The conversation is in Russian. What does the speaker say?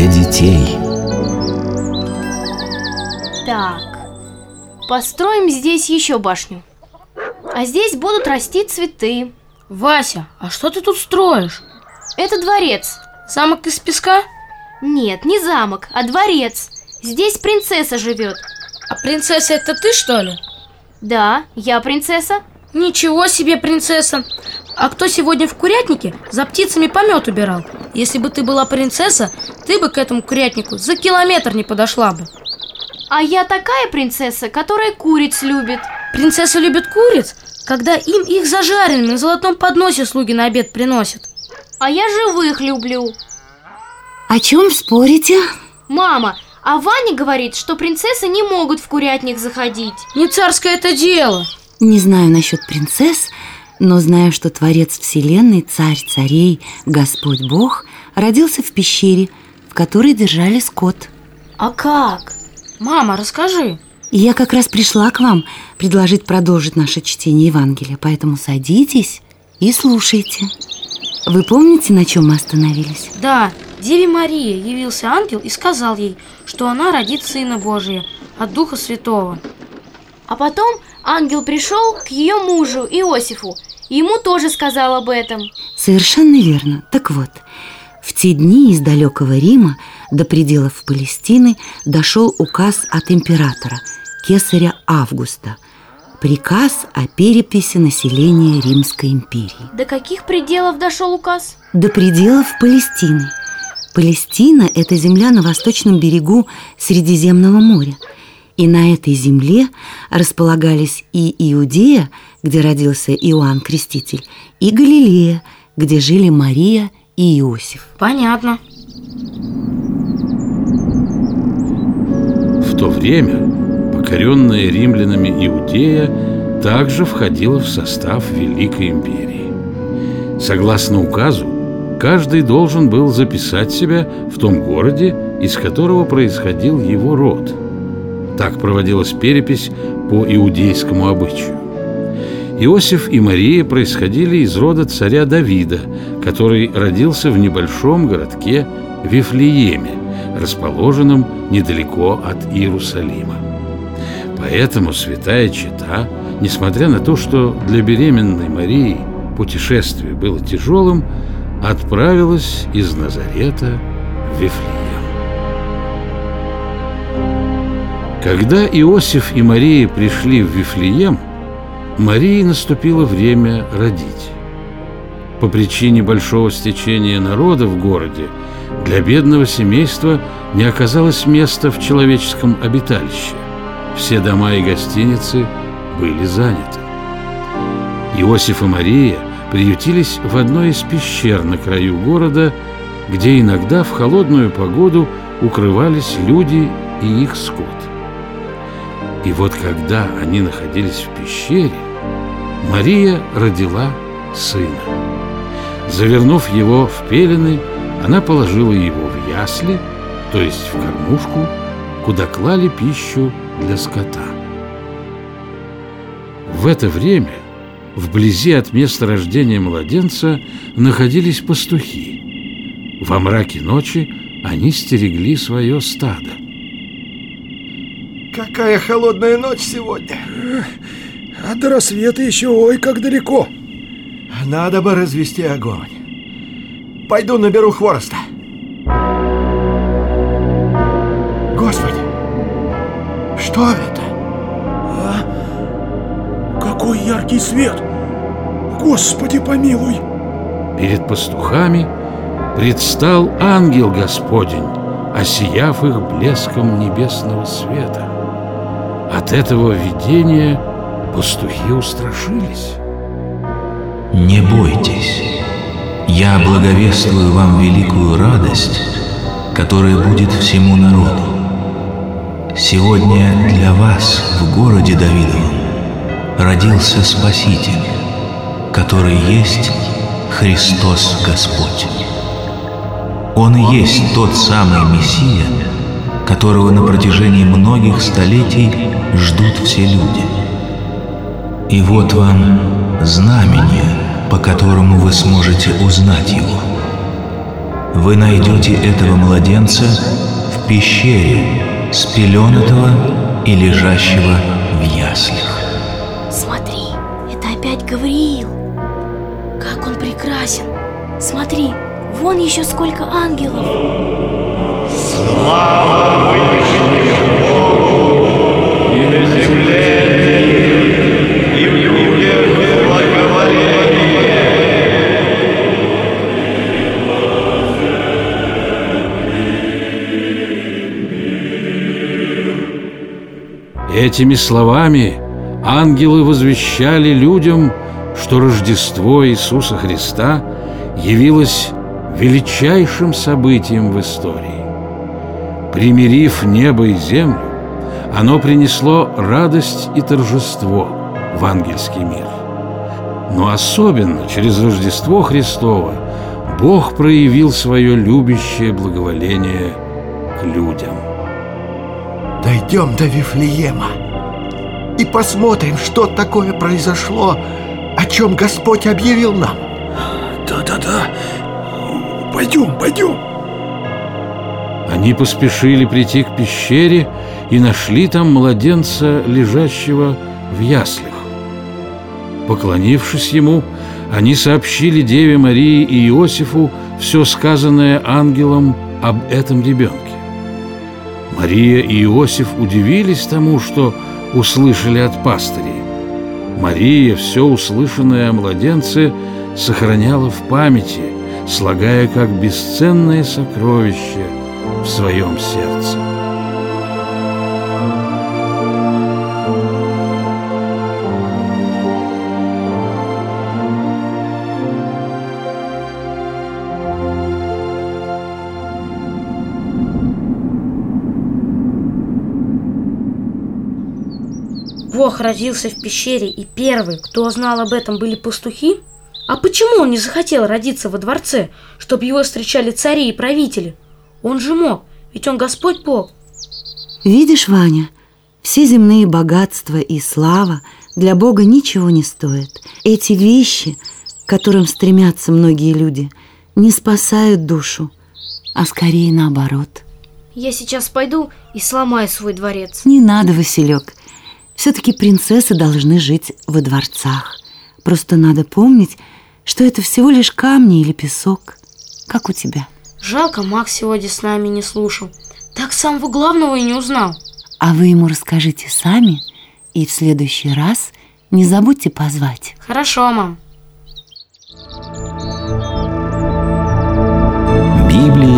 для детей. Так, построим здесь еще башню. А здесь будут расти цветы. Вася, а что ты тут строишь? Это дворец. Замок из песка? Нет, не замок, а дворец. Здесь принцесса живет. А принцесса это ты, что ли? Да, я принцесса. Ничего себе, принцесса. А кто сегодня в курятнике за птицами помет убирал? Если бы ты была принцесса, ты бы к этому курятнику за километр не подошла бы. А я такая принцесса, которая куриц любит. Принцесса любит куриц, когда им их зажаренными на золотом подносе слуги на обед приносят. А я живых люблю. О чем спорите? Мама, а Ваня говорит, что принцессы не могут в курятник заходить. Не царское это дело. Не знаю насчет принцесс, но знаю, что Творец Вселенной, Царь царей, Господь Бог родился в пещере, в которой держали скот. А как? Мама, расскажи. И я как раз пришла к вам предложить продолжить наше чтение Евангелия, поэтому садитесь и слушайте. Вы помните, на чем мы остановились? Да, Деве Марии явился ангел и сказал ей, что она родит Сына Божия от Духа Святого. А потом ангел пришел к ее мужу Иосифу, и ему тоже сказал об этом. Совершенно верно. Так вот, в те дни из далекого Рима до пределов Палестины дошел указ от императора, кесаря Августа, приказ о переписи населения Римской империи. До каких пределов дошел указ? До пределов Палестины. Палестина – это земля на восточном берегу Средиземного моря. И на этой земле располагались и Иудея, где родился Иоанн Креститель, и Галилея, где жили Мария и Иосиф. Понятно. В то время покоренная римлянами Иудея также входила в состав Великой империи. Согласно указу, каждый должен был записать себя в том городе, из которого происходил его род. Так проводилась перепись по иудейскому обычаю. Иосиф и Мария происходили из рода царя Давида, который родился в небольшом городке Вифлееме, расположенном недалеко от Иерусалима. Поэтому святая чета, несмотря на то, что для беременной Марии путешествие было тяжелым, отправилась из Назарета в Вифлеем. Когда Иосиф и Мария пришли в Вифлеем, Марии наступило время родить. По причине большого стечения народа в городе для бедного семейства не оказалось места в человеческом обиталище. Все дома и гостиницы были заняты. Иосиф и Мария приютились в одной из пещер на краю города, где иногда в холодную погоду укрывались люди и их скот. И вот когда они находились в пещере, Мария родила сына. Завернув его в пелены, она положила его в ясли, то есть в кормушку, куда клали пищу для скота. В это время вблизи от места рождения младенца находились пастухи. Во мраке ночи они стерегли свое стадо. Какая холодная ночь сегодня. А до рассвета еще ой как далеко. Надо бы развести огонь. Пойду наберу хвороста. Господи, что это? Какой яркий свет! Господи, помилуй! Перед пастухами предстал ангел Господень, осияв их блеском небесного света. От этого видения пастухи устрашились. Не бойтесь, я благовествую вам великую радость, которая будет всему народу. Сегодня для вас в городе Давидовом родился Спаситель, который есть Христос Господь. Он и есть тот самый Мессия, которого на протяжении многих столетий ждут все люди. И вот вам знамение, по которому вы сможете узнать его. вы найдете этого младенца в пещере, спеленатого и лежащего в яслях. Смотри, это опять Гавриил. Как он прекрасен. Смотри, вон еще сколько ангелов. Слава Вышнему Богу и на земле, и в людях благоволение. Этими словами ангелы возвещали людям, что Рождество Иисуса Христа явилось величайшим событием в истории. Примирив небо и землю, оно принесло радость и торжество в ангельский мир. Но особенно через Рождество Христово Бог проявил свое любящее благоволение к людям. Дойдем до Вифлеема и посмотрим, что такое произошло, о чем Господь объявил нам. Да-да-да. Пойдем. Они поспешили прийти к пещере и нашли там младенца, лежащего в яслях. Поклонившись ему, они сообщили Деве Марии и Иосифу все сказанное ангелом об этом ребенке. Мария и Иосиф удивились тому, что услышали от пастырей. Мария все услышанное о младенце сохраняла в памяти, слагая как бесценное сокровище в своем сердце. Бог родился в пещере, и первые, кто знал об этом, были пастухи? А почему он не захотел родиться во дворце, чтобы его встречали цари и правители? Он же мог, ведь он Господь Бог. Видишь, Ваня, все земные богатства и слава для Бога ничего не стоят. Эти вещи, к которым стремятся многие люди, не спасают душу, а скорее наоборот. Я сейчас пойду и сломаю свой дворец. Не надо, Василек. Все-таки принцессы должны жить во дворцах. Просто надо помнить, что это всего лишь камни или песок, как у тебя. Жалко, Макс сегодня с нами не слушал. Так самого главного и не узнал. А вы ему расскажите сами, и в следующий раз не забудьте позвать. Хорошо, мам. Библия